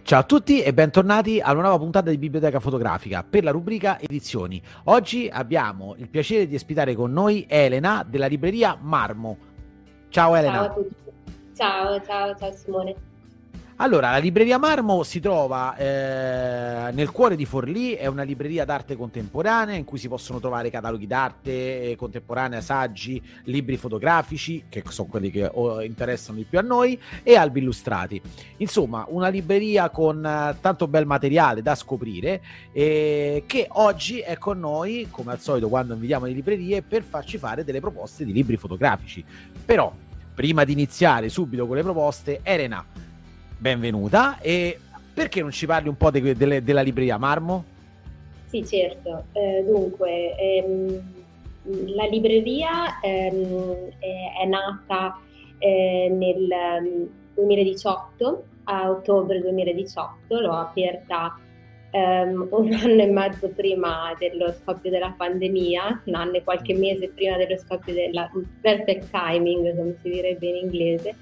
Ciao a tutti e bentornati a una nuova puntata di Biblioteca Fotografica per la rubrica Edizioni. Oggi abbiamo il piacere di ospitare con noi Elena della libreria Marmo. Ciao Ciao Elena. a tutti. Ciao Simone. Allora, la libreria Marmo si trova nel cuore di Forlì, è una libreria d'arte contemporanea in cui si possono trovare cataloghi d'arte contemporanea, saggi, libri fotografici, che sono quelli che interessano di più a noi, e albi illustrati. Insomma, una libreria con tanto bel materiale da scoprire, che oggi è con noi, come al solito quando invitiamo le librerie, per farci fare delle proposte di libri fotografici. Però, prima di iniziare subito con le proposte, Elena, benvenuta, e perché non ci parli un po' della libreria Marmo? Sì, certo. Dunque, la libreria è nata nel 2018, a ottobre 2018, l'ho aperta un anno e mezzo prima dello scoppio della pandemia, un anno e qualche mese prima dello scoppio della perfect timing, come si direbbe in inglese.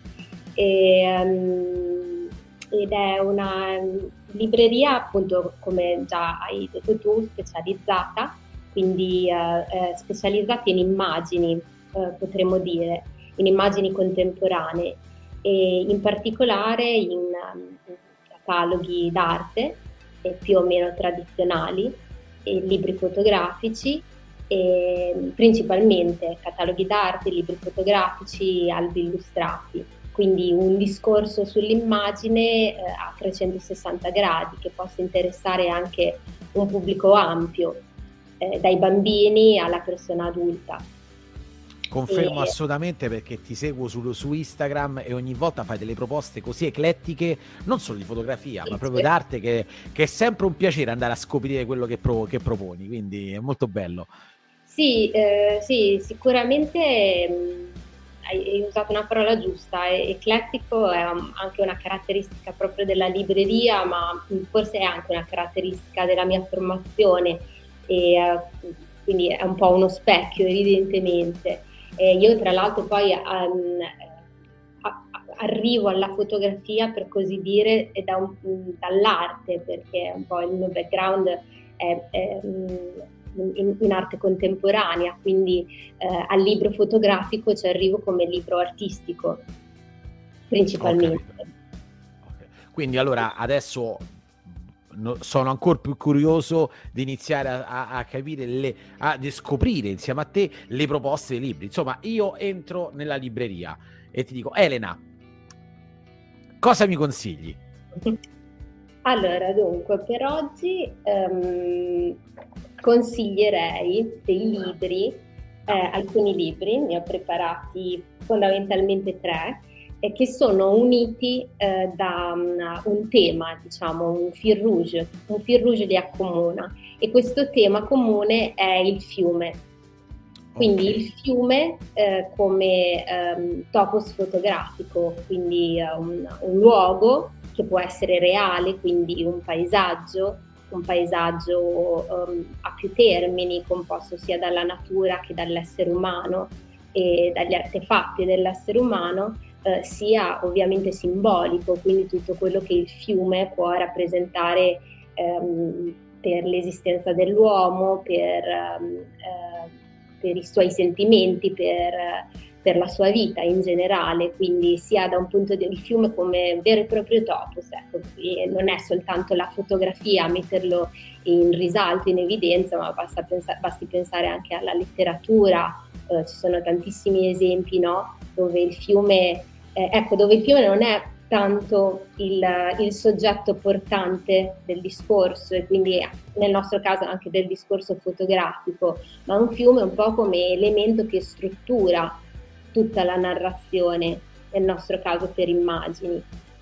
Ed è una libreria, appunto, come già hai detto tu, specializzata, quindi specializzata in immagini, potremmo dire, in immagini contemporanee, e in particolare in cataloghi d'arte più o meno tradizionali, e libri fotografici, e principalmente cataloghi d'arte, libri fotografici, albi illustrati. Quindi un discorso sull'immagine a 360 gradi che possa interessare anche un pubblico ampio, dai bambini alla persona adulta. Confermo assolutamente, perché ti seguo su Instagram e ogni volta fai delle proposte così eclettiche, non solo di fotografia, ma proprio d'arte, che è sempre un piacere andare a scoprire quello che proponi, quindi è molto bello. Sì, sicuramente hai usato una parola giusta. Eclettico è anche una caratteristica proprio della libreria, ma forse è anche una caratteristica della mia formazione, e quindi è un po' uno specchio, evidentemente. Io tra l'altro poi arrivo alla fotografia, per così dire, dall'arte, perché un po' il mio background è in arte contemporanea, quindi al libro fotografico ci arrivo come libro artistico, principalmente. Okay. Quindi allora adesso sono ancora più curioso di iniziare a capire, a scoprire insieme a te le proposte dei libri. Insomma, io entro nella libreria e ti dico: Elena, cosa mi consigli? Allora, dunque, per oggi consiglierei dei libri, alcuni libri, ne ho preparati fondamentalmente 3, che sono uniti da un tema, diciamo, un fil rouge li accomuna, e questo tema comune è il fiume. Quindi il fiume come topos fotografico, quindi un luogo che può essere reale, quindi un paesaggio a più termini, composto sia dalla natura che dall'essere umano e dagli artefatti dell'essere umano, sia ovviamente simbolico, quindi tutto quello che il fiume può rappresentare per l'esistenza dell'uomo, per i suoi sentimenti, per la sua vita in generale, quindi sia da un punto di vista il fiume come vero e proprio topos, ecco, non è soltanto la fotografia a metterlo in risalto, in evidenza, ma basti pensare anche alla letteratura. Ci sono tantissimi esempi, no? Dove il fiume non è tanto il soggetto portante del discorso, e quindi nel nostro caso anche del discorso fotografico, ma un fiume è un po' come elemento che struttura tutta la narrazione, nel nostro caso per immagini.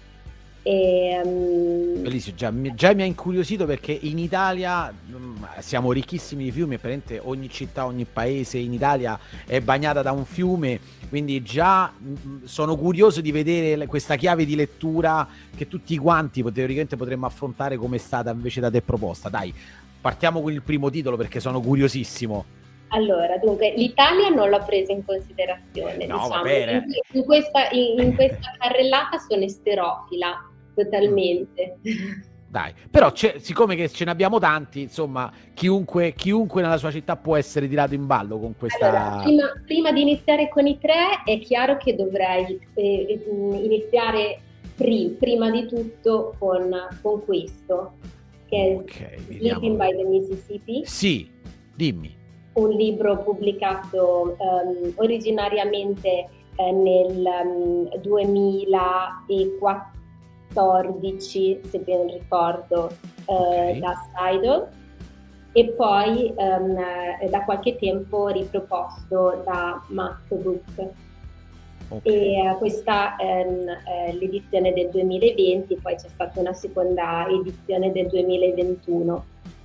Bellissimo, già mi ha incuriosito, perché in Italia siamo ricchissimi di fiumi, e ogni città, ogni paese in Italia è bagnata da un fiume, quindi già sono curioso di vedere questa chiave di lettura che tutti quanti teoricamente potremmo affrontare, come è stata invece da te proposta. Dai, partiamo con il primo titolo, perché sono curiosissimo. Allora, dunque, l'Italia non l'ho presa in considerazione, No, diciamo. va bene. In questa carrellata sono esterofila, totalmente. Dai, però siccome che ce ne abbiamo tanti, insomma, chiunque nella sua città può essere tirato in ballo con questa... Allora, prima di iniziare con i 3 è chiaro che dovrei iniziare prima di tutto con questo, che è Sleeping by the Mississippi. Sì, dimmi. Un libro pubblicato originariamente nel 2014, se ben ricordo, da Sidle, e poi da qualche tempo riproposto da Mac Book. E questa è l'edizione del 2020, poi c'è stata una seconda edizione del 2021.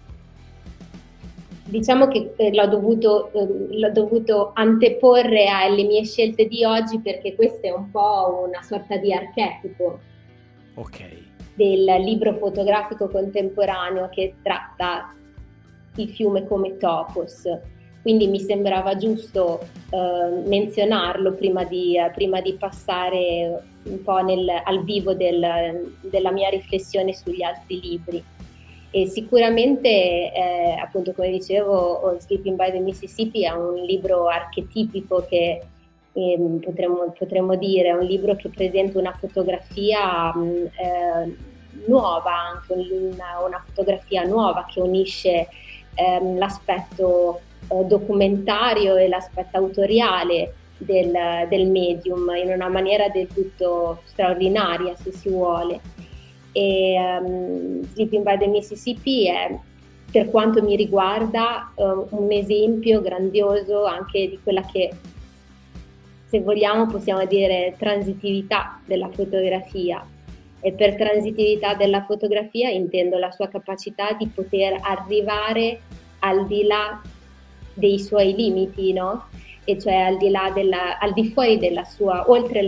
Diciamo che l'ho dovuto anteporre alle mie scelte di oggi, perché questo è un po' una sorta di archetipo del libro fotografico contemporaneo che tratta il fiume come topos. Quindi mi sembrava giusto menzionarlo prima di passare un po' al vivo della mia riflessione sugli altri libri. E sicuramente, appunto, come dicevo, Sleeping by the Mississippi è un libro archetipico che potremmo dire, è un libro che presenta una fotografia nuova, anche una fotografia nuova che unisce l'aspetto documentario e l'aspetto autoriale del medium in una maniera del tutto straordinaria, se si vuole. E Sleeping by the Mississippi è, per quanto mi riguarda, un esempio grandioso anche di quella che, se vogliamo, possiamo dire transitività della fotografia. E per transitività della fotografia intendo la sua capacità di poter arrivare al di là dei suoi limiti, no? E cioè al di fuori della sua, oltre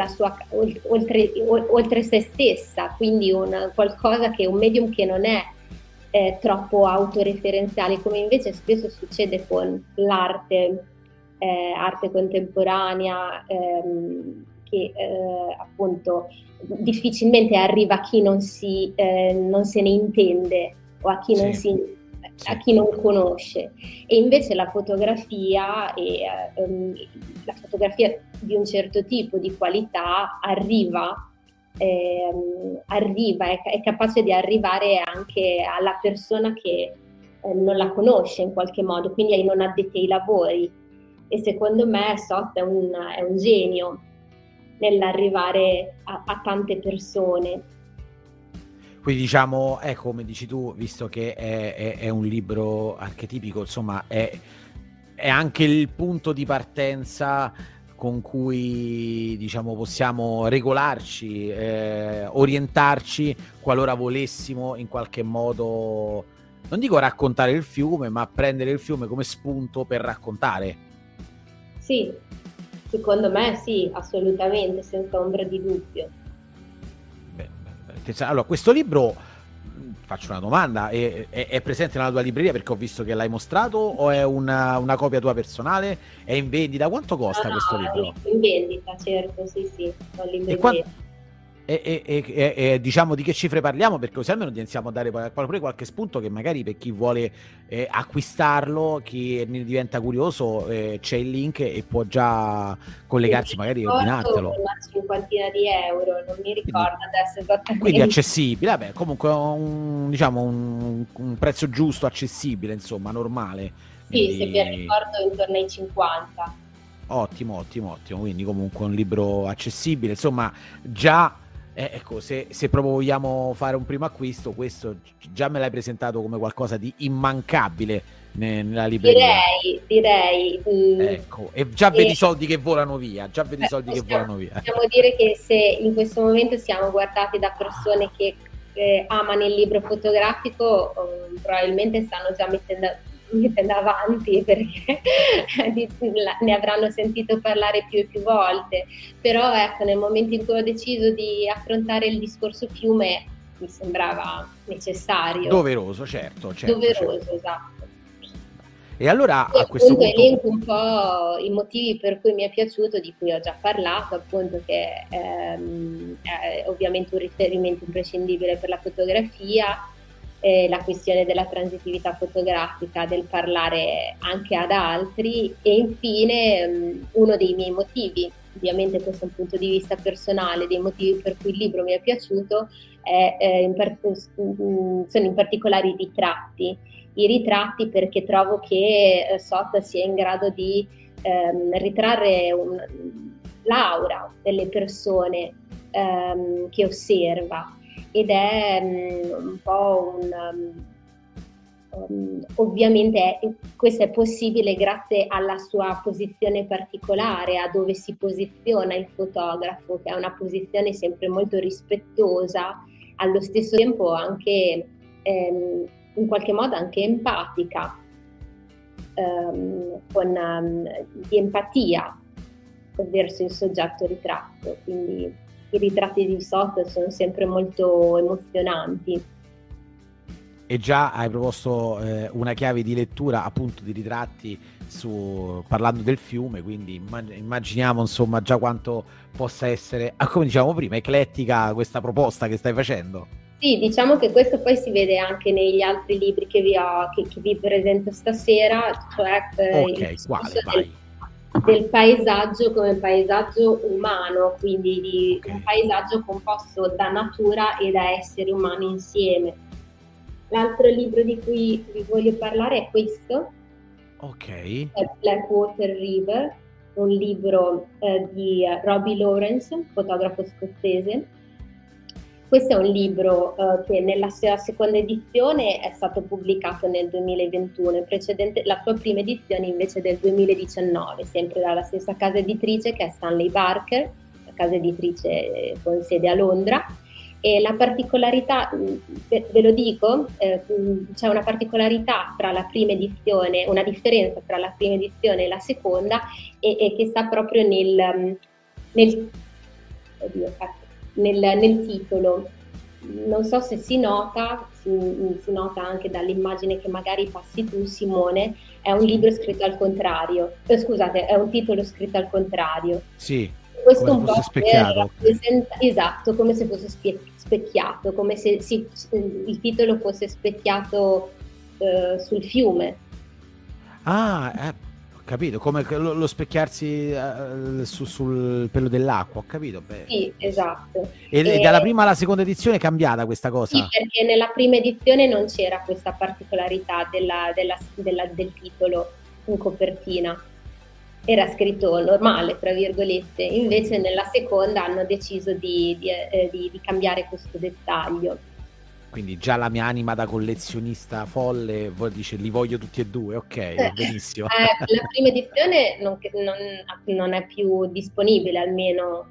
se stessa, quindi un medium che non è troppo autoreferenziale, come invece spesso succede con l'arte, arte contemporanea, che appunto difficilmente arriva a chi non se ne intende o a chi a chi non conosce. E invece la fotografia di un certo tipo di qualità è capace di arrivare anche alla persona che non la conosce in qualche modo, quindi ai non addetti ai lavori. E secondo me Sot è un genio nell'arrivare a tante persone. Quindi diciamo, come dici tu, visto che è un libro archetipico, insomma, è anche il punto di partenza con cui, diciamo, possiamo regolarci, orientarci qualora volessimo in qualche modo, non dico raccontare il fiume, ma prendere il fiume come spunto per raccontare. Sì, secondo me sì, assolutamente, senza ombra di dubbio. Allora, questo libro, faccio una domanda, è presente nella tua libreria, perché ho visto che l'hai mostrato, o è una copia tua personale? È in vendita? Quanto costa questo libro? È in vendita, certo, sì, ho libreria. E diciamo di che cifre parliamo, perché così almeno iniziamo a dare pure qualche spunto, che magari per chi vuole acquistarlo, chi ne diventa curioso, c'è il link e può già collegarsi, magari e ordinartelo. Una cinquantina di euro, non mi ricordo adesso esattamente. Quindi accessibile, vabbè, comunque un prezzo giusto, accessibile, insomma, normale. Sì, se ben ricordo intorno ai 50. Ottimo, quindi comunque un libro accessibile, insomma, già. Ecco, se proprio vogliamo fare un primo acquisto, questo già me l'hai presentato come qualcosa di immancabile nella libreria. Direi. Ecco, e già vedi i soldi che volano via, Possiamo dire che se in questo momento siamo guardati da persone che amano il libro fotografico, probabilmente stanno già mettendo avanti, perché ne avranno sentito parlare più e più volte. Però ecco, nel momento in cui ho deciso di affrontare il discorso fiume, mi sembrava necessario, doveroso, certo. Esatto. E allora E a questo appunto punto... elenco un po' i motivi per cui mi è piaciuto, di cui ho già parlato, appunto che è ovviamente un riferimento imprescindibile per la fotografia, la questione della transitività fotografica, del parlare anche ad altri e infine uno dei miei motivi, ovviamente questo è un punto di vista personale, dei motivi per cui il libro mi è piaciuto, sono in particolare i ritratti perché trovo che Sot sia in grado di ritrarre l'aura delle persone che osserva ed è un po' ovviamente questo è possibile grazie alla sua posizione particolare, a dove si posiziona il fotografo, che è una posizione sempre molto rispettosa, allo stesso tempo anche in qualche modo anche empatica, di empatia verso il soggetto ritratto, quindi i ritratti di Sot sono sempre molto emozionanti. E già hai proposto una chiave di lettura appunto di ritratti parlando del fiume, quindi immaginiamo insomma già quanto possa essere, come dicevamo prima, eclettica questa proposta che stai facendo. Sì, diciamo che questo poi si vede anche negli altri libri che vi presento stasera, cioè del paesaggio come paesaggio umano, quindi un paesaggio composto da natura e da esseri umani insieme. L'altro libro di cui vi voglio parlare è questo, è Blackwater River, un libro di Robbie Lawrence, fotografo scozzese. Questo è un libro che nella sua seconda edizione è stato pubblicato nel 2021, la sua prima edizione invece del 2019, sempre dalla stessa casa editrice che è Stanley Barker, la casa editrice con sede a Londra. E la particolarità, ve lo dico, c'è una particolarità tra la prima edizione, una differenza tra la prima edizione e la seconda, e che sta proprio nel titolo. Non so se si nota anche dall'immagine che magari passi tu, Simone, è un libro scritto al contrario, scusate, è un titolo scritto al contrario. Sì, questo come un po' specchiato. Esatto, come se fosse specchiato, come se il titolo fosse specchiato sul fiume. Ho capito, come lo specchiarsi sul pelo dell'acqua, ho capito. Beh. Sì, esatto. E dalla prima alla seconda edizione è cambiata questa cosa? Sì, perché nella prima edizione non c'era questa particolarità del titolo in copertina. Era scritto normale, tra virgolette, invece nella seconda hanno deciso di cambiare questo dettaglio. Quindi già la mia anima da collezionista folle dice li voglio tutti e due, ok, benissimo. La prima edizione non è più disponibile, almeno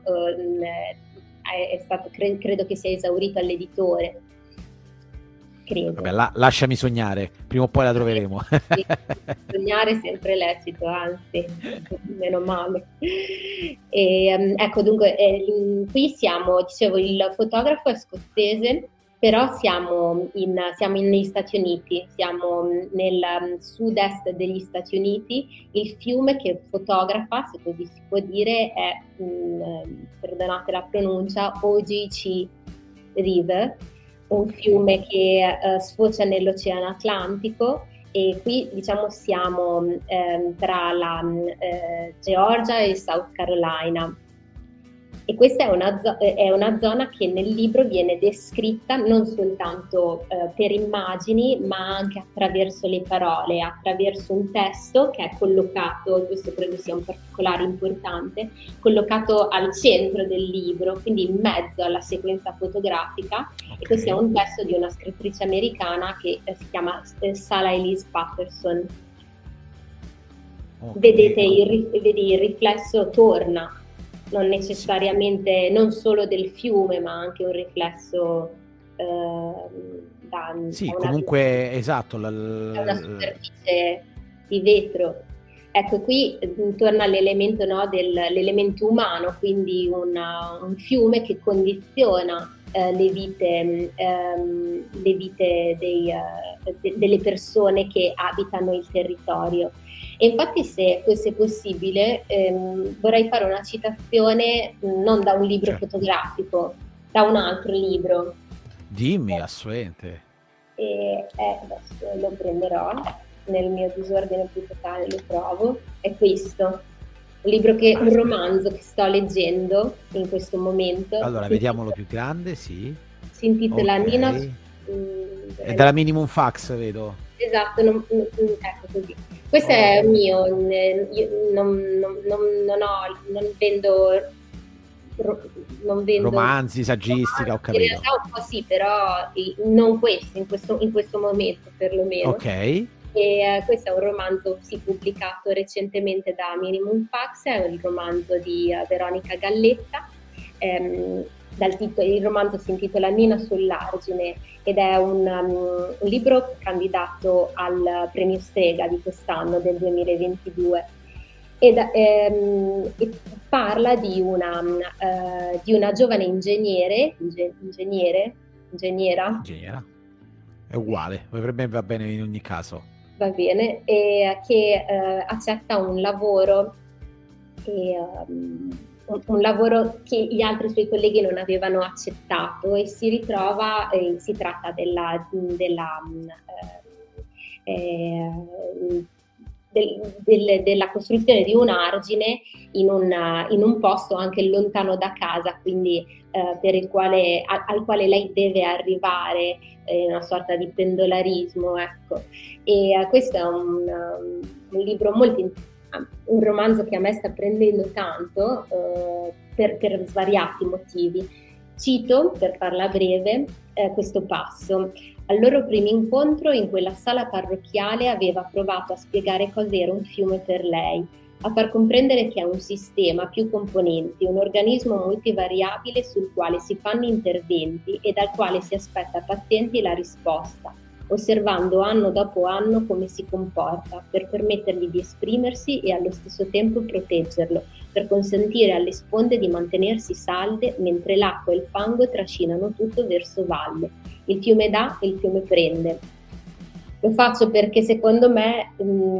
credo che sia esaurito all'editore. Credo. Vabbè, lasciami sognare, prima o poi la troveremo. Sì, sognare è sempre lecito, anzi, meno male. Ecco, dunque, qui dicevo, il fotografo è scozzese, però siamo negli Stati Uniti, siamo nel sud-est degli Stati Uniti. Il fiume che fotografa, se così si può dire, è, perdonate la pronuncia, OGC River, un fiume che sfocia nell'Oceano Atlantico, e qui diciamo siamo tra la Georgia e il South Carolina. E questa è una zona che nel libro viene descritta non soltanto per immagini, ma anche attraverso le parole, attraverso un testo che è collocato, questo credo sia un particolare importante, collocato al centro del libro, quindi in mezzo alla sequenza fotografica. E questo è un testo di una scrittrice americana che si chiama Sarah Elise Patterson. Vedete il riflesso torna, non necessariamente, non solo del fiume, ma anche un riflesso da comunque esatto, da una superficie di vetro. Ecco, qui torna l'elemento, no, l'elemento umano, quindi un fiume che condiziona le vite delle persone che abitano il territorio. E infatti, se fosse possibile, vorrei fare una citazione non da un libro fotografico, da un altro libro. Dimmi, assolutamente. E adesso lo prenderò, nel mio disordine più totale lo trovo, è questo. Un romanzo che sto leggendo in questo momento. Allora, vediamolo più grande, sì. Si intitola Nina. È della Minimum Fax, vedo. Esatto, ecco così. Questo è mio, io non vendo romanzi, saggistica, ho capito. In realtà un po' sì, però non questo, in questo momento perlomeno. Ok. E questo è un romanzo pubblicato recentemente da Minimum Fax, è un romanzo di Veronica Galletta. Il romanzo si intitola Nina sull'argine ed è un libro candidato al premio Strega di quest'anno, del 2022, e parla di una giovane ingegnera, è uguale, per me va bene in ogni caso. Va bene, che accetta un lavoro che gli altri suoi colleghi non avevano accettato, e si ritrova, si tratta della costruzione di un argine in un posto anche lontano da casa, quindi al quale lei deve arrivare, una sorta di pendolarismo, ecco. E questo è un libro un romanzo che a me sta prendendo tanto, per svariati motivi. Cito, per farla breve, questo passo. Al loro primo incontro in quella sala parrocchiale aveva provato a spiegare cos'era un fiume per lei, a far comprendere che è un sistema, più componenti, un organismo multivariabile sul quale si fanno interventi e dal quale si aspetta pazienti la risposta, osservando anno dopo anno come si comporta, per permettergli di esprimersi e allo stesso tempo proteggerlo, per consentire alle sponde di mantenersi salde mentre l'acqua e il fango trascinano tutto verso valle. Il fiume dà e il fiume prende. Lo faccio perché secondo me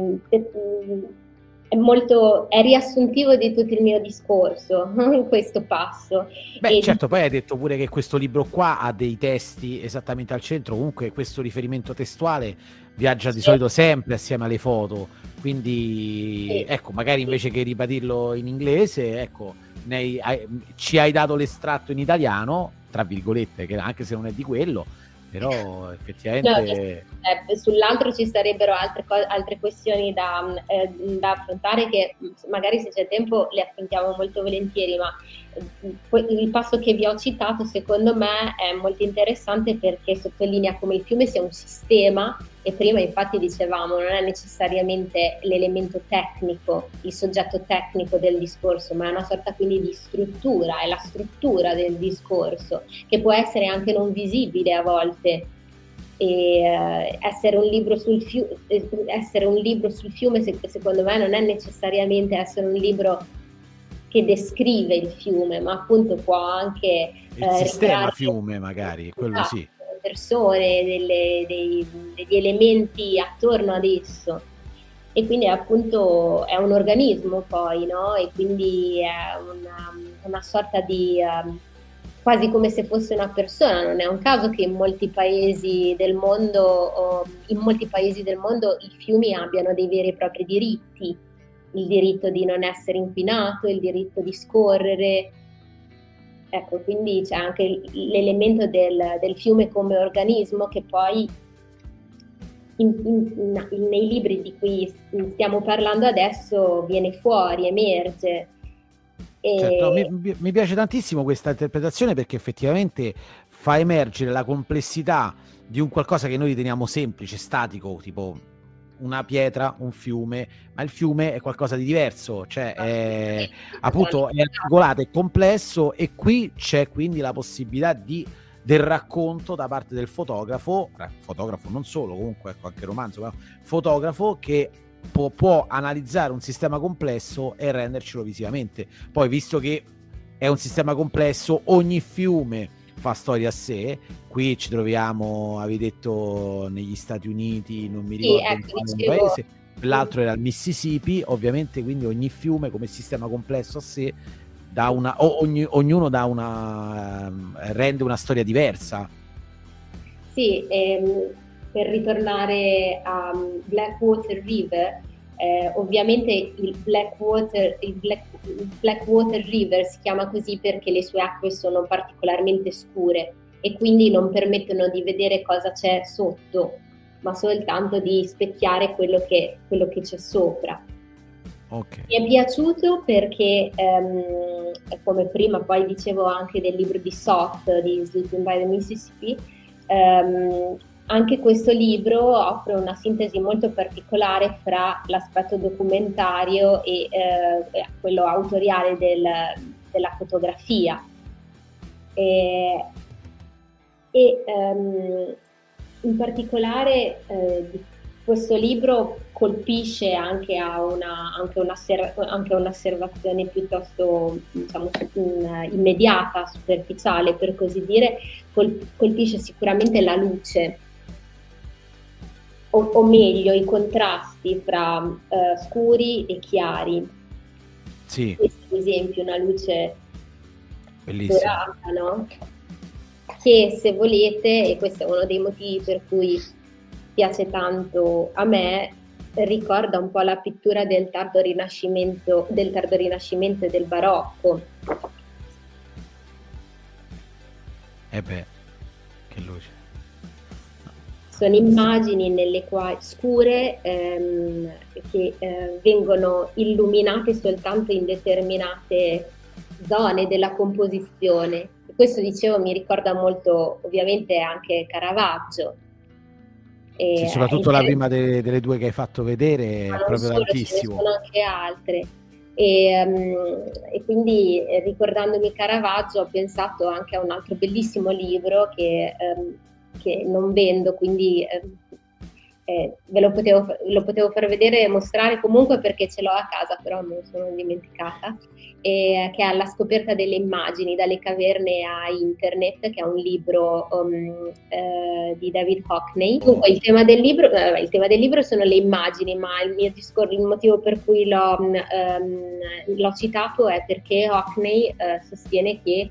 è riassuntivo di tutto il mio discorso in questo passo. Certo, poi hai detto pure che questo libro qua ha dei testi esattamente al centro, comunque questo riferimento testuale viaggia di solito sempre assieme alle foto, quindi ecco, magari invece che ribadirlo in inglese, ecco, ci hai dato l'estratto in italiano, tra virgolette, che anche se non è di quello, però effettivamente sull'altro ci sarebbero altre questioni da affrontare, che magari, se c'è tempo, le affrontiamo molto volentieri, ma il passo che vi ho citato secondo me è molto interessante perché sottolinea come il fiume sia un sistema, e prima infatti dicevamo non è necessariamente l'elemento tecnico, il soggetto tecnico del discorso, ma è una sorta quindi di struttura, è la struttura del discorso, che può essere anche non visibile a volte. E essere un libro sul fiume secondo me non è necessariamente essere un libro che descrive il fiume, ma appunto può anche il sistema fiume, magari quello sì, persone, degli elementi attorno ad esso, e quindi appunto è un organismo poi, no? E quindi è una sorta di quasi come se fosse una persona. Non è un caso che in molti paesi del mondo i fiumi abbiano dei veri e propri diritti, il diritto di non essere inquinato, il diritto di scorrere. Ecco, quindi c'è anche l'elemento del fiume come organismo che poi nei libri di cui stiamo parlando adesso viene fuori, emerge. Certo, mi piace tantissimo questa interpretazione, perché effettivamente fa emergere la complessità di un qualcosa che noi riteniamo semplice, statico, tipo una pietra, un fiume, ma il fiume è qualcosa di diverso, cioè è articolato, è complesso, e qui c'è quindi la possibilità del racconto da parte del fotografo non solo, comunque ecco, anche romanzo, ma fotografo che può analizzare un sistema complesso e rendercelo visivamente. Poi, visto che è un sistema complesso, ogni fiume, fa storia a sé. Qui ci troviamo, avevi detto, negli Stati Uniti, non mi ricordo in ecco, quale dicevo, paese, l'altro era il Mississippi, ovviamente, quindi ogni fiume come sistema complesso a sé dà ognuno dà rende una storia diversa. sì, per ritornare a Blackwater River, ovviamente il Blackwater River si chiama così perché le sue acque sono particolarmente scure e quindi non permettono di vedere cosa c'è sotto, ma soltanto di specchiare quello che c'è sopra. Okay. Mi è piaciuto perché, come prima poi dicevo anche del libro di Soth, di Sleeping by the Mississippi, anche questo libro offre una sintesi molto particolare fra l'aspetto documentario e quello autoriale della fotografia. In particolare questo libro colpisce anche a un'osservazione piuttosto, diciamo, immediata, superficiale per così dire, colpisce sicuramente la luce, o meglio i contrasti fra scuri e chiari. Sì. Questo ad esempio una luce Bellissima. dorata, no? Che se volete, e questo è uno dei motivi per cui piace tanto a me, ricorda un po' la pittura del tardo rinascimento e del barocco. Che luce. Sono immagini nelle quali scure che vengono illuminate soltanto in determinate zone della composizione. Questo, dicevo, mi ricorda molto ovviamente anche Caravaggio. Sì, soprattutto la prima delle due che hai fatto vedere è proprio solo, tantissimo. ce ne sono anche altre. E quindi ricordandomi Caravaggio ho pensato anche a un altro bellissimo libro che non vendo, quindi ve lo potevo far vedere e mostrare comunque perché ce l'ho a casa, però me lo sono dimenticata, che è Alla scoperta delle immagini dalle caverne a internet, che è un libro di David Hockney. Dunque il tema del libro sono le immagini, ma il motivo per cui l'ho citato è perché Hockney sostiene che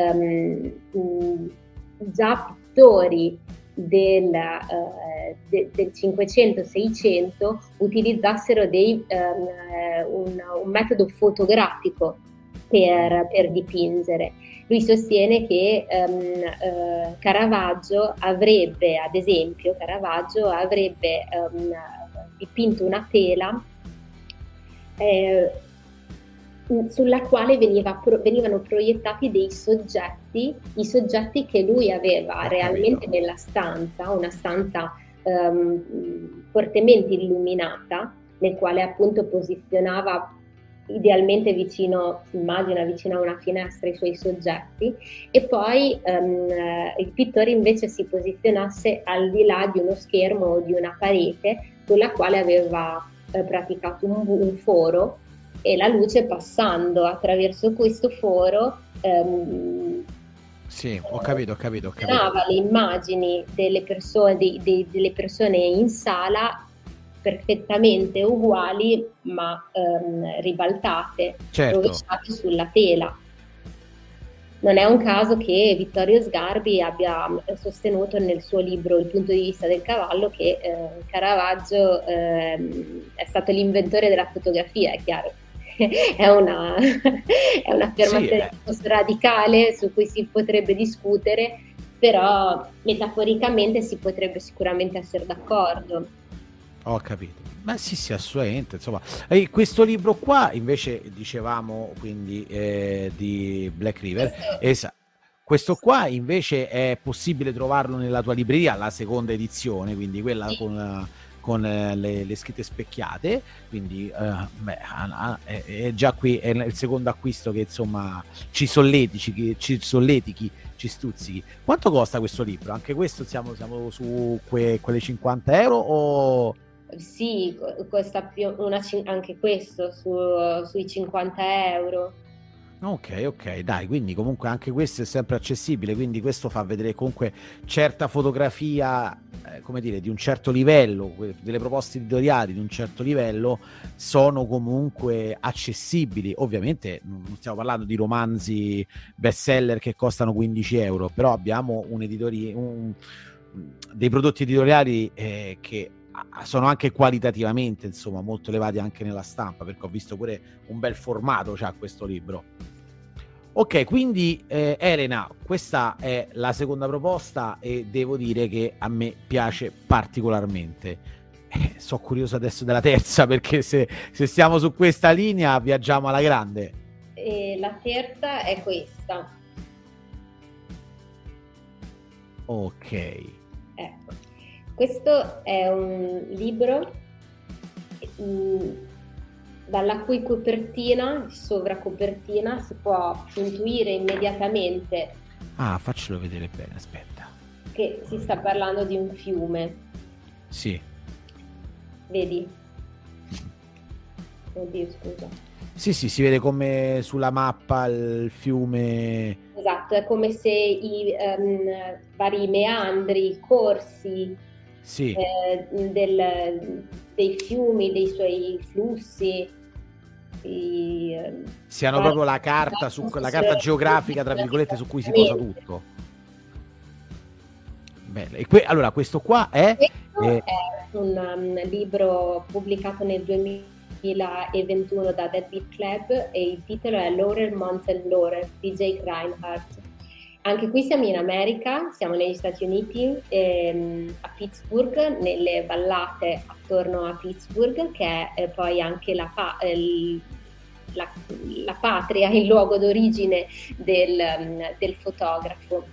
già pittori del 500-600 utilizzassero un metodo fotografico per dipingere. Lui sostiene che Caravaggio avrebbe dipinto una tela sulla quale venivano proiettati dei soggetti, i soggetti che lui aveva realmente nella stanza, una stanza fortemente illuminata, nel quale appunto posizionava idealmente vicino a una finestra i suoi soggetti, e poi il pittore invece si posizionasse al di là di uno schermo o di una parete sulla quale aveva praticato un foro, e la luce passando attraverso questo foro sì, ho capito. le immagini delle persone in sala perfettamente uguali, ma ribaltate, rovesciate sulla tela. Non è un caso che Vittorio Sgarbi abbia sostenuto nel suo libro Il punto di vista del cavallo che Caravaggio è stato l'inventore della fotografia, è chiaro. È un'affermazione radicale su cui si potrebbe discutere, però metaforicamente si potrebbe sicuramente essere d'accordo. Ho capito. Ma sì, assolutamente. Insomma, questo libro qua, invece, dicevamo quindi di Black River. Questo qua invece è possibile trovarlo nella tua libreria, la seconda edizione, quindi quella sì, con le scritte specchiate, quindi è già qui, è il secondo acquisto che insomma ci solletichi, ci stuzzichi. Quanto costa questo libro? Anche questo siamo su quelle 50 euro o... Sì, costa più anche questo sui 50 euro. Ok, ok, dai, quindi comunque anche questo è sempre accessibile, quindi questo fa vedere comunque certa fotografia, come dire, di un certo livello, delle proposte editoriali di un certo livello sono comunque accessibili. Ovviamente non stiamo parlando di romanzi bestseller che costano 15 euro, però abbiamo dei prodotti editoriali che sono anche qualitativamente, insomma, molto elevati anche nella stampa, perché ho visto pure un bel formato c'ha questo libro. Ok, quindi Elena, questa è la seconda proposta e devo dire che a me piace particolarmente. So curioso adesso della terza, perché se stiamo su questa linea viaggiamo alla grande. E la terza è questa. Ok. Ecco, questo è un libro dalla cui copertina, sovracopertina, si può intuire immediatamente Faccelo vedere bene, aspetta. che si sta parlando di un fiume. Sì. Vedi? Oddio, scusa. Sì, si vede come sulla mappa il fiume. Esatto, è come se i vari meandri, i corsi Sì. dei fiumi, dei suoi flussi, siano proprio la carta geografica, tra virgolette, su cui si posa tutto. Bene. E allora questo qua è un libro pubblicato nel 2021 da Dead Beat Club e il titolo è Laurel Mountain Laurel di Jake Reinhardt. Anche qui siamo in America, siamo negli Stati Uniti, a Pittsburgh, nelle vallate attorno a Pittsburgh, che è poi anche la patria, il luogo d'origine del fotografo.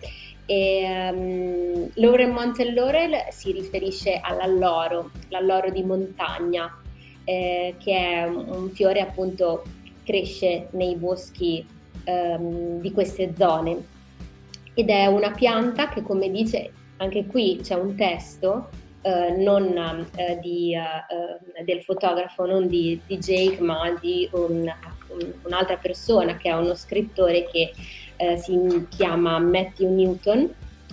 Laurel Mountain Laurel si riferisce l'alloro di montagna, che è un fiore appunto cresce nei boschi di queste zone. Ed è una pianta che, come dice, anche qui c'è un testo non del fotografo, non di Jake, ma di un'altra persona che è uno scrittore che si chiama Matthew Newton,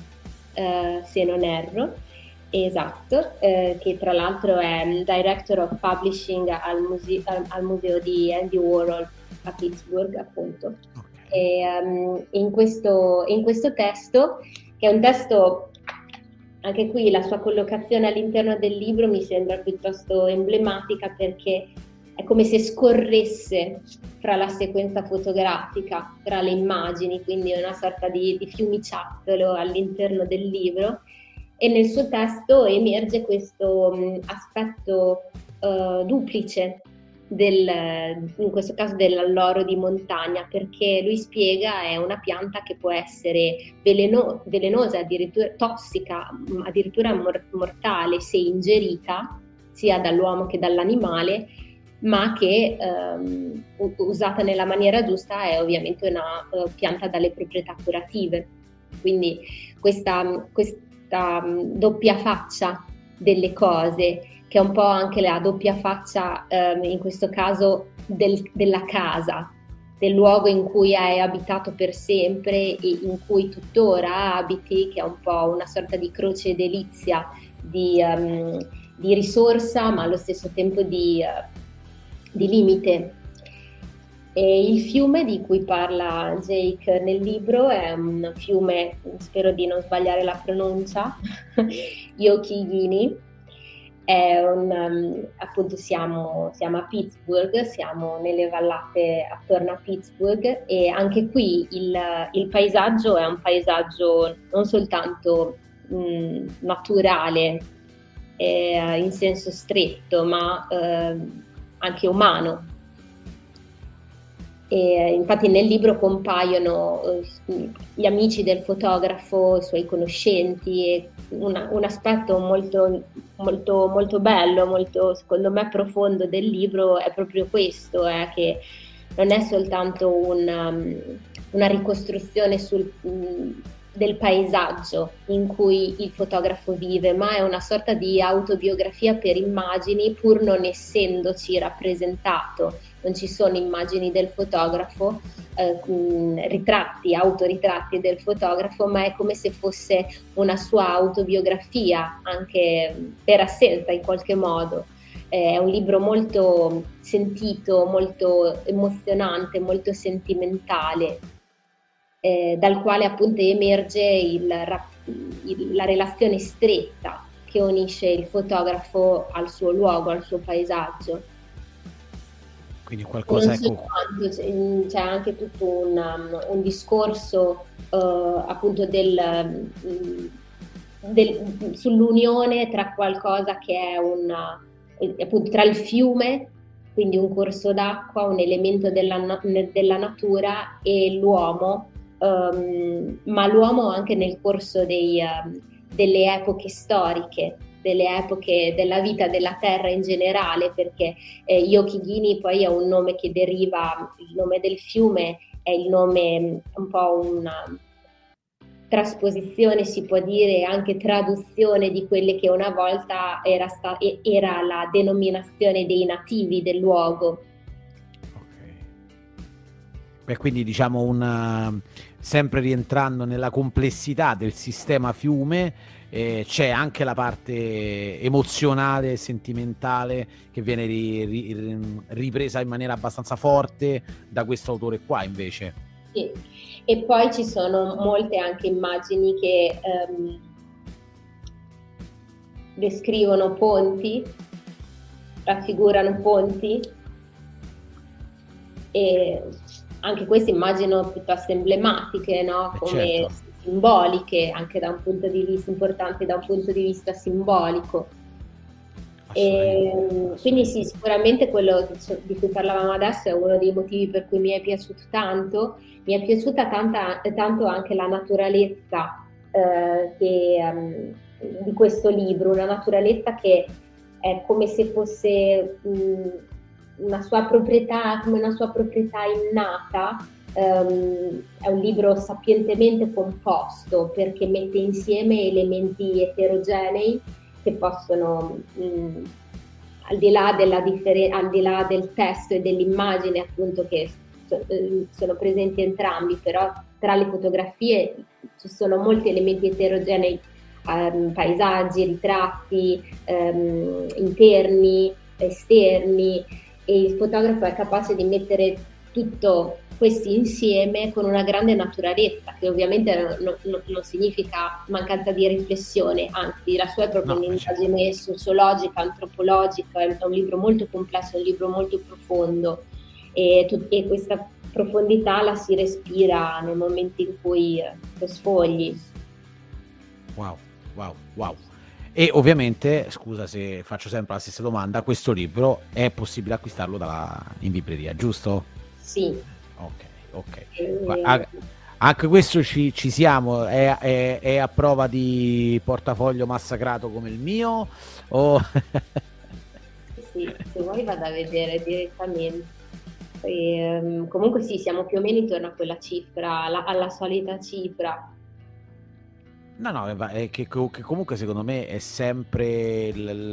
se non erro, esatto, che tra l'altro è Director of Publishing al museo di Andy Warhol a Pittsburgh, appunto. E, in questo testo, che è un testo, anche qui la sua collocazione all'interno del libro mi sembra piuttosto emblematica, perché è come se scorresse fra la sequenza fotografica, tra le immagini, quindi è una sorta di fiumiciattolo all'interno del libro, e nel suo testo emerge questo aspetto duplice in questo caso dell'alloro di montagna, perché lui spiega è una pianta che può essere velenosa, addirittura tossica, addirittura mortale se ingerita sia dall'uomo che dall'animale, ma che usata nella maniera giusta è ovviamente una pianta dalle proprietà curative. Quindi questa doppia faccia delle cose, che è un po' anche la doppia faccia in questo caso della casa, del luogo in cui hai abitato per sempre e in cui tuttora abiti, che è un po' una sorta di croce delizia di risorsa, ma allo stesso tempo di limite. E il fiume di cui parla Jake nel libro è un fiume, spero di non sbagliare la pronuncia, Youghiogheny. È appunto siamo a Pittsburgh, siamo nelle vallate attorno a Pittsburgh, e anche qui il paesaggio è un paesaggio non soltanto naturale in senso stretto, ma anche umano. E infatti nel libro compaiono gli amici del fotografo, i suoi conoscenti, e un aspetto molto, molto, molto bello, molto secondo me profondo del libro è proprio questo, che non è soltanto una ricostruzione del paesaggio in cui il fotografo vive, ma è una sorta di autobiografia per immagini, pur non essendoci rappresentato. Non ci sono immagini del fotografo, ritratti, autoritratti del fotografo, ma è come se fosse una sua autobiografia, anche per assenza in qualche modo. È un libro molto sentito, molto emozionante, molto sentimentale, dal quale appunto emerge la relazione stretta che unisce il fotografo al suo luogo, al suo paesaggio. Quindi qualcosa, ecco. C'è anche tutto un discorso appunto sull'unione tra qualcosa che è appunto tra il fiume, quindi un corso d'acqua, un elemento della natura, e l'uomo, ma l'uomo anche nel corso delle epoche storiche, delle epoche della vita della terra in generale, perché Yokigini poi è un nome che deriva, il nome del fiume è il nome, un po' una trasposizione, si può dire, anche traduzione di quelle che una volta era la denominazione dei nativi del luogo. Beh, quindi diciamo sempre rientrando nella complessità del sistema fiume, c'è anche la parte emozionale, sentimentale, che viene ripresa in maniera abbastanza forte da questo autore qua, invece. Sì. E poi ci sono molte anche immagini che descrivono ponti, raffigurano ponti, e anche queste immagino piuttosto emblematiche, no? Come certo. simboliche, anche da un punto di vista importante, da un punto di vista simbolico. Quindi sì, sicuramente quello di cui parlavamo adesso è uno dei motivi per cui mi è piaciuto tanto. Mi è piaciuta tanto anche la naturalezza di questo libro, una naturalezza che è come se fosse una sua proprietà, come una sua proprietà innata. È un libro sapientemente composto, perché mette insieme elementi eterogenei che possono, al di là del testo e dell'immagine, appunto, che sono presenti entrambi, però tra le fotografie ci sono molti elementi eterogenei, paesaggi, ritratti, interni, esterni, e il fotografo è capace di mettere tutto questi insieme con una grande naturalezza, che ovviamente non significa mancanza di riflessione, anzi la sua è proprio un'indagine sociologica, antropologica, è un libro molto complesso, è un libro molto profondo, e questa profondità la si respira nel momento in cui lo sfogli. Wow. E ovviamente, scusa se faccio sempre la stessa domanda, questo libro è possibile acquistarlo in libreria, giusto? Sì. Ok. Anche questo ci siamo, è a prova di portafoglio massacrato come il mio? O... Sì, se vuoi vado a vedere direttamente. Comunque sì, siamo più o meno intorno a quella cifra, alla solita cifra. No, è che comunque secondo me è sempre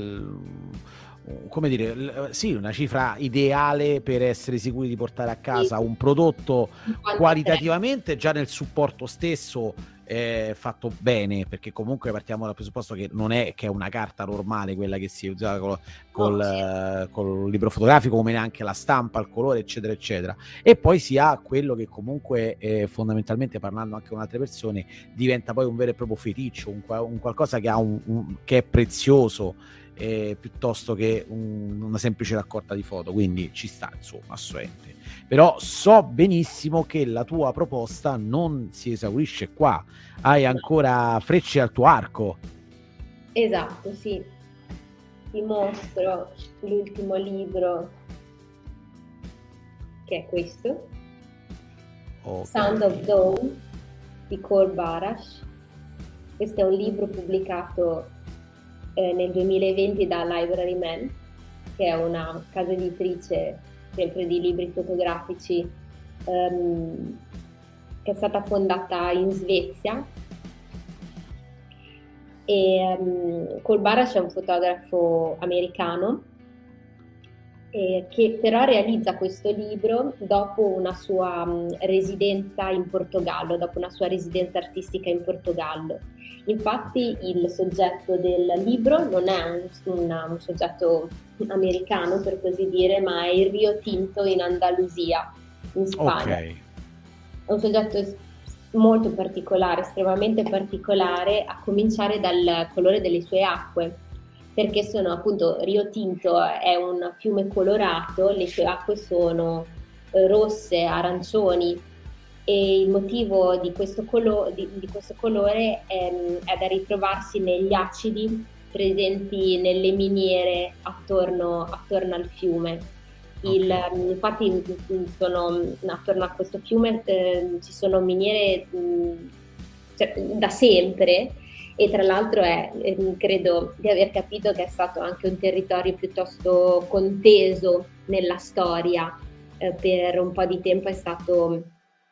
come dire, sì, una cifra ideale per essere sicuri di portare a casa un prodotto qualitativamente già nel supporto stesso fatto bene, perché comunque partiamo dal presupposto che non è che è una carta normale quella che si usa col libro fotografico, come neanche la stampa, il colore, eccetera eccetera, e poi si ha quello che comunque fondamentalmente, parlando anche con altre persone, diventa poi un vero e proprio feticcio, un qualcosa che ha che è prezioso, piuttosto che una semplice raccolta di foto, quindi ci sta, insomma, assolutamente. Però so benissimo che la tua proposta non si esaurisce qua, hai ancora frecce al tuo arco. Esatto, sì. Ti mostro l'ultimo libro, che è questo, Sound of Dawn di Cole Barash. Questo è un libro pubblicato nel 2020 da Library Man, che è una casa editrice sempre di libri fotografici, che è stata fondata in Svezia. E Cole Barash è un fotografo americano che però realizza questo libro dopo una sua residenza in Portogallo, dopo una sua residenza artistica in Portogallo. Infatti il soggetto del libro non è un soggetto americano, per così dire, ma è il Rio Tinto in Andalusia, in Spagna. Ok. È un soggetto molto particolare, estremamente particolare, a cominciare dal colore delle sue acque, perché sono appunto, Rio Tinto è un fiume colorato, le sue acque sono rosse, arancioni, e il motivo di questo, di questo colore è da ritrovarsi negli acidi presenti nelle miniere attorno al fiume. Infatti attorno a questo fiume ci sono miniere cioè, da sempre, e tra l'altro credo di aver capito che è stato anche un territorio piuttosto conteso nella storia. Per un po' di tempo è stato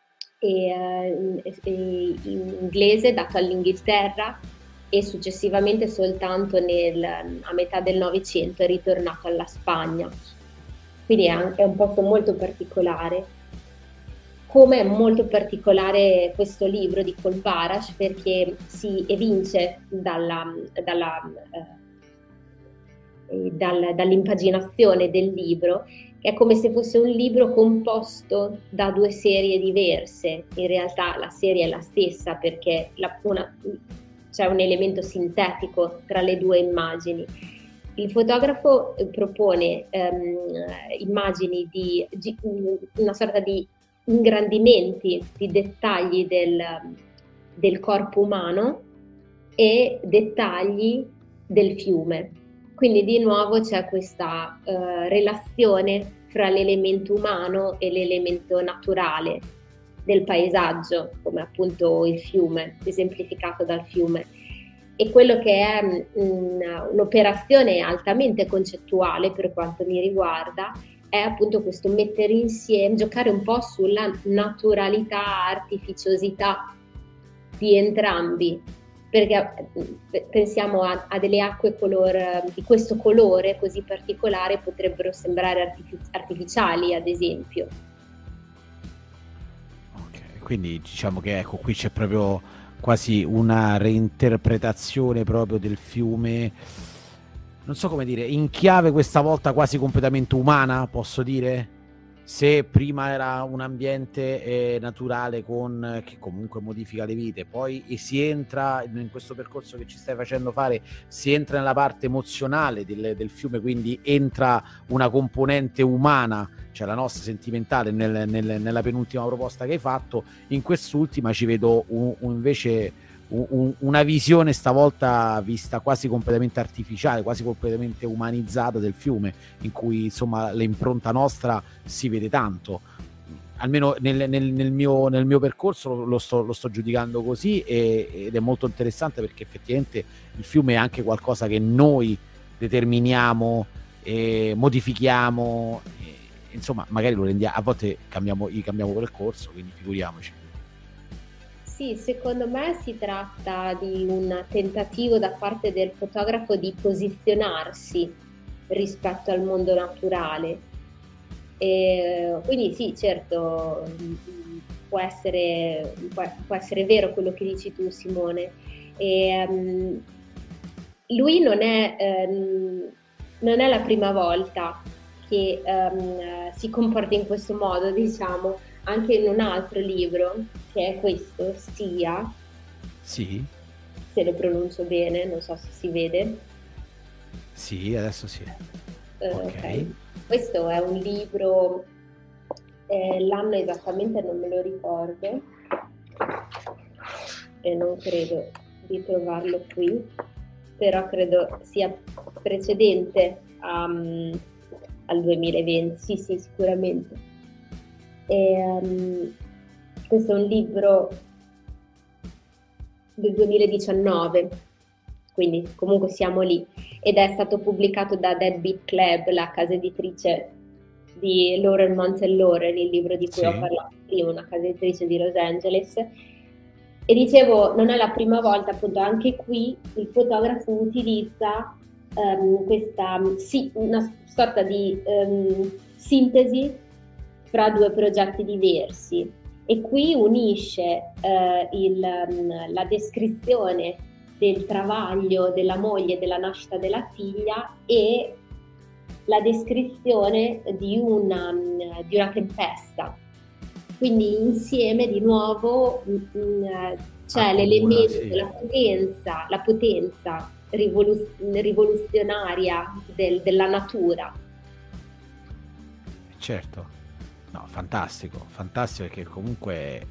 inglese, dato all'Inghilterra, e successivamente soltanto a metà del Novecento è ritornato alla Spagna. Quindi è un posto molto particolare. Come è molto particolare questo libro di Colparash, perché si evince dall'impaginazione del libro, che è come se fosse un libro composto da due serie diverse. In realtà la serie è la stessa, perché c'è un elemento sintetico tra le due immagini. Il fotografo propone immagini di una sorta di ingrandimenti, di dettagli del corpo umano e dettagli del fiume. Quindi di nuovo c'è questa relazione fra l'elemento umano e l'elemento naturale del paesaggio, come appunto il fiume, esemplificato dal fiume. E quello che è un'operazione altamente concettuale per quanto mi riguarda è appunto questo mettere insieme, giocare un po' sulla naturalità, artificiosità di entrambi, perché pensiamo a delle acque di questo colore così particolare, potrebbero sembrare artificiali, ad esempio. Ok, quindi diciamo che ecco, qui c'è proprio quasi una reinterpretazione proprio del fiume, non so come dire, in chiave questa volta quasi completamente umana, posso dire? Se prima era un ambiente naturale che comunque modifica le vite, poi si entra in questo percorso che ci stai facendo fare, si entra nella parte emozionale del fiume, quindi entra una componente umana, cioè la nostra sentimentale nella penultima proposta che hai fatto. In quest'ultima ci vedo invece una visione stavolta vista quasi completamente artificiale, quasi completamente umanizzata del fiume, in cui insomma l'impronta nostra si vede tanto. Almeno nel mio percorso lo sto giudicando così, ed è molto interessante, perché effettivamente il fiume è anche qualcosa che noi determiniamo e modifichiamo, insomma magari lo rendiamo, a volte gli cambiamo percorso, quindi figuriamoci. Sì, secondo me si tratta di un tentativo da parte del fotografo di posizionarsi rispetto al mondo naturale. Quindi sì, certo, può essere vero quello che dici tu, Simone. Lui non è la prima volta che si comporta in questo modo, diciamo. Anche in un altro libro, che è questo, Stia. Sì. Se lo pronuncio bene, non so se si vede. Sì, adesso sì. Okay. Questo è un libro, l'anno esattamente non me lo ricordo, e non credo di trovarlo qui, però credo sia precedente al 2020, sì, sicuramente. Questo è un libro del 2019, quindi comunque siamo lì, ed è stato pubblicato da Deadbeat Club, la casa editrice di Lauren Montel Lauren, il libro di cui ho parlato prima, una casa editrice di Los Angeles. E dicevo, non è la prima volta, appunto, anche qui il fotografo utilizza una sorta di sintesi fra due progetti diversi, e qui unisce la descrizione del travaglio della moglie, della nascita della figlia, e la descrizione di una tempesta. Quindi insieme di nuovo c'è l'elemento, sì, la potenza rivoluzionaria della natura. Certo, no, fantastico perché comunque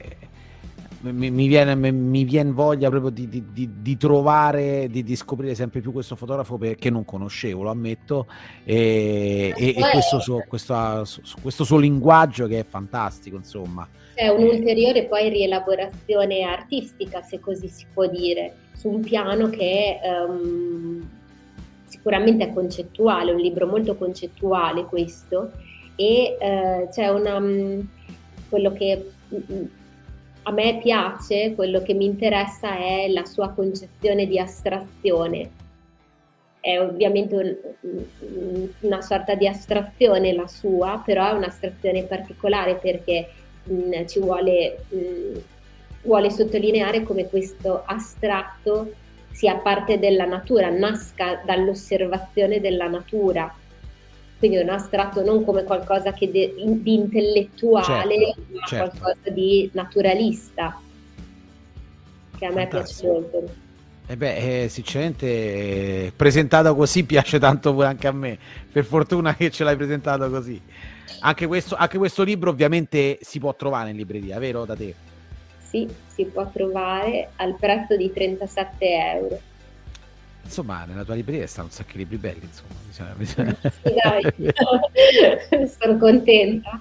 mi viene voglia proprio di trovare, di scoprire sempre più questo fotografo, perché non conoscevo, lo ammetto, e questo suo linguaggio che è fantastico, insomma. C'è un'ulteriore poi rielaborazione artistica, se così si può dire, su un piano che sicuramente è concettuale, un libro molto concettuale questo, e c'è quello che a me piace, quello che mi interessa è la sua concezione di astrazione. È ovviamente una sorta di astrazione la sua, però è un'astrazione particolare, perché ci vuole sottolineare come questo astratto sia parte della natura, nasca dall'osservazione della natura. Quindi un astratto non come qualcosa che di intellettuale, ma qualcosa di naturalista, che a me piace molto. Sinceramente, presentato così piace tanto pure anche a me. Per fortuna che ce l'hai presentato così. Anche questo libro ovviamente si può trovare in libreria, vero, da te? Sì, si può trovare al prezzo di 37 euro. Insomma, nella tua libreria stanno un sacco di libri belli, insomma. Sì, dai. Sono contenta.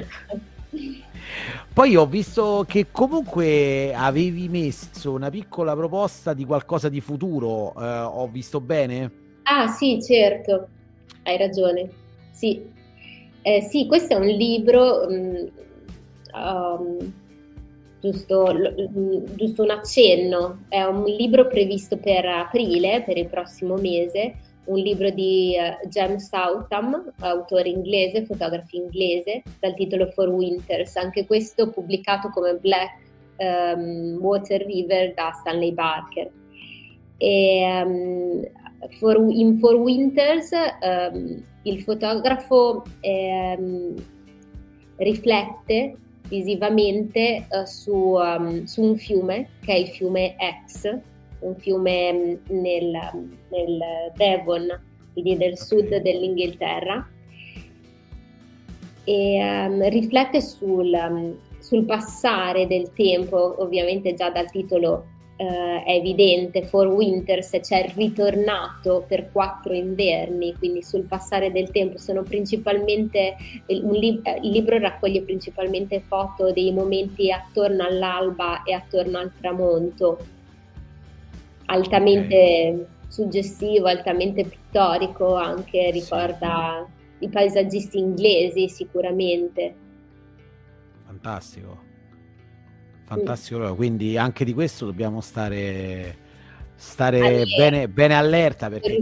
Poi ho visto che comunque avevi messo una piccola proposta di qualcosa di futuro, ho visto bene? Ah sì, certo, hai ragione. Sì, sì, questo è un libro, giusto un accenno, è un libro previsto per aprile, per il prossimo mese, un libro di James Southam, autore inglese, fotografo inglese, dal titolo For Winters, anche questo pubblicato come Black Water River da Stanley Barker. E, in For Winters il fotografo riflette visivamente su un fiume, che è il fiume Exe, un fiume nel Devon, quindi del sud dell'Inghilterra, e riflette sul passare del tempo. Ovviamente già dal titolo è evidente, For Winters, c'è ritornato per 4 inverni, quindi sul passare del tempo. Sono principalmente il libro raccoglie principalmente foto dei momenti attorno all'alba e attorno al tramonto, altamente suggestivo, altamente pittorico, anche ricorda i paesaggisti inglesi sicuramente. Fantastico, quindi anche di questo dobbiamo stare bene allerta, perché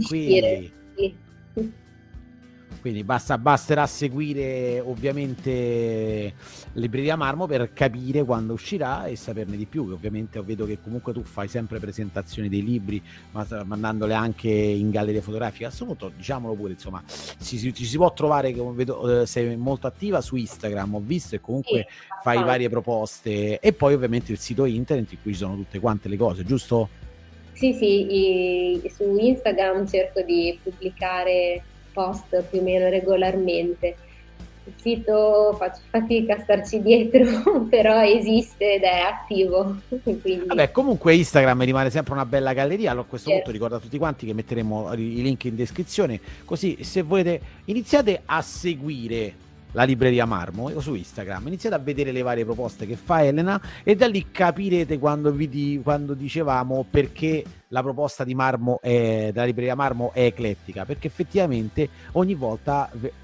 quindi basterà seguire ovviamente Libreria Marmo per capire quando uscirà e saperne di più, che ovviamente vedo che comunque tu fai sempre presentazioni dei libri, mandandole anche in galleria fotografica. A questo punto, diciamolo pure, insomma, ci si può trovare, come vedo, sei molto attiva su Instagram, ho visto, e comunque fai varie proposte, e poi ovviamente il sito internet in cui ci sono tutte quante le cose, giusto? Sì, su Instagram cerco di pubblicare post più o meno regolarmente. Il sito faccio fatica a starci dietro, però esiste ed è attivo. Quindi... Vabbè, comunque Instagram rimane sempre una bella galleria. Allora, a questo punto ricordo a tutti quanti che metteremo i link in descrizione, così se volete iniziate a seguire la Libreria Marmo su Instagram, iniziate a vedere le varie proposte che fa Elena, e da lì capirete quando dicevamo perché la proposta di Marmo della Libreria Marmo è eclettica, perché effettivamente ogni volta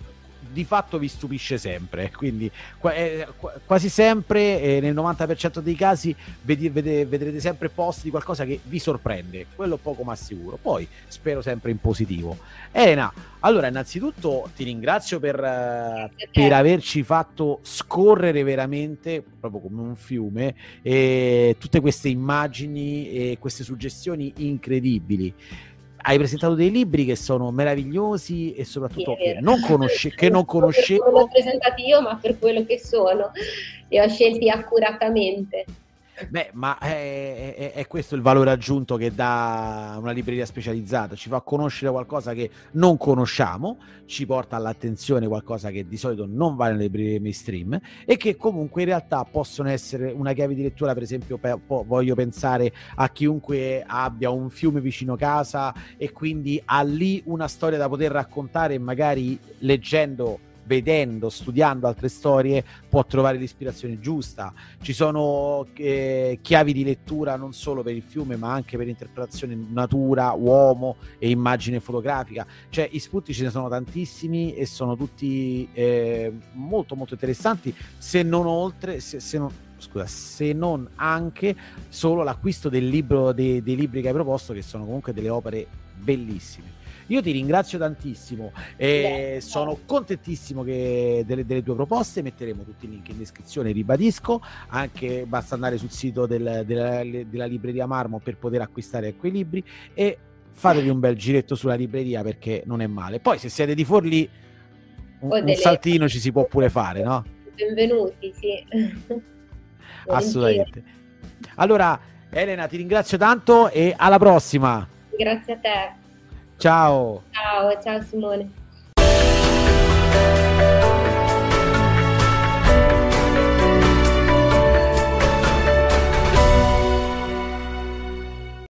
di fatto vi stupisce sempre, quindi quasi sempre, nel 90% dei casi vedrete sempre post di qualcosa che vi sorprende, quello poco ma sicuro, poi spero sempre in positivo. Elena, allora innanzitutto ti ringrazio per averci fatto scorrere veramente, proprio come un fiume, tutte queste immagini e queste suggestioni incredibili. Hai presentato dei libri che sono meravigliosi e soprattutto che non conoscevo. Non l'ho presentati io, ma per quello che sono, li ho scelti accuratamente. Beh, ma è questo il valore aggiunto che dà una libreria specializzata, ci fa conoscere qualcosa che non conosciamo, ci porta all'attenzione qualcosa che di solito non va nelle librerie mainstream e che comunque in realtà possono essere una chiave di lettura. Per esempio, voglio pensare a chiunque abbia un fiume vicino casa e quindi ha lì una storia da poter raccontare e magari leggendo, vedendo, studiando altre storie può trovare l'ispirazione giusta. Ci sono chiavi di lettura non solo per il fiume ma anche per interpretazione natura, uomo e immagine fotografica, cioè i spunti ce ne sono tantissimi e sono tutti molto molto interessanti, se non anche solo l'acquisto del libro dei libri che hai proposto, che sono comunque delle opere bellissime. Io ti ringrazio tantissimo e sono contentissimo delle tue proposte. Metteremo tutti i link in descrizione, ribadisco, anche basta andare sul sito della libreria Marmo per poter acquistare quei libri e fatevi un bel giretto sulla libreria perché non è male. Poi se siete di Forlì un saltino ci si può pure fare, no? Benvenuti, sì. Assolutamente. Allora Elena, ti ringrazio tanto e alla prossima. Grazie a te. Ciao. Ciao Simone.